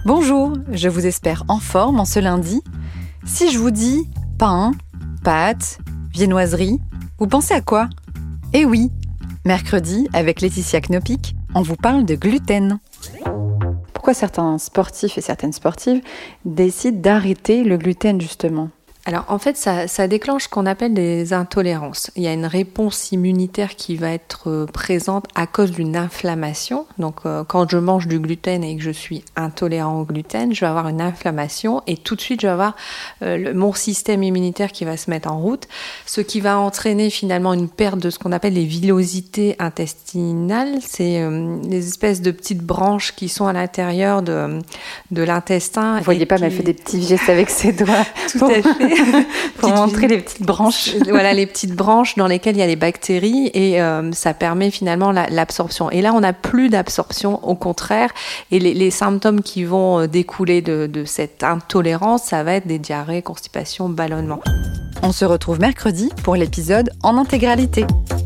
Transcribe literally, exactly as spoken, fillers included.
Bonjour, je vous espère en forme en ce lundi. Si je vous dis pain, pâtes, viennoiserie, vous pensez à quoi ? Eh oui, mercredi, avec Laetitia Knopik, on vous parle de gluten. Pourquoi certains sportifs et certaines sportives décident d'arrêter le gluten justement ? Alors en fait, ça, ça déclenche ce qu'on appelle des intolérances. Il y a une réponse immunitaire qui va être présente à cause d'une inflammation. Donc euh, quand je mange du gluten et que je suis intolérant au gluten, je vais avoir une inflammation et tout de suite je vais avoir euh, le, mon système immunitaire qui va se mettre en route, ce qui va entraîner finalement une perte de ce qu'on appelle les villosités intestinales. C'est euh, des espèces de petites branches qui sont à l'intérieur de, de l'intestin. Vous voyez pas, qui... mais elle fait des petits gestes avec ses doigts. Tout à fait. Pour montrer les petites branches. Voilà, les petites branches dans lesquelles il y a les bactéries et euh, ça permet finalement la, l'absorption. Et là, on n'a plus d'absorption, au contraire. Et les, les symptômes qui vont découler de, de cette intolérance, ça va être des diarrhées, constipation, ballonnement. On se retrouve mercredi pour l'épisode en intégralité.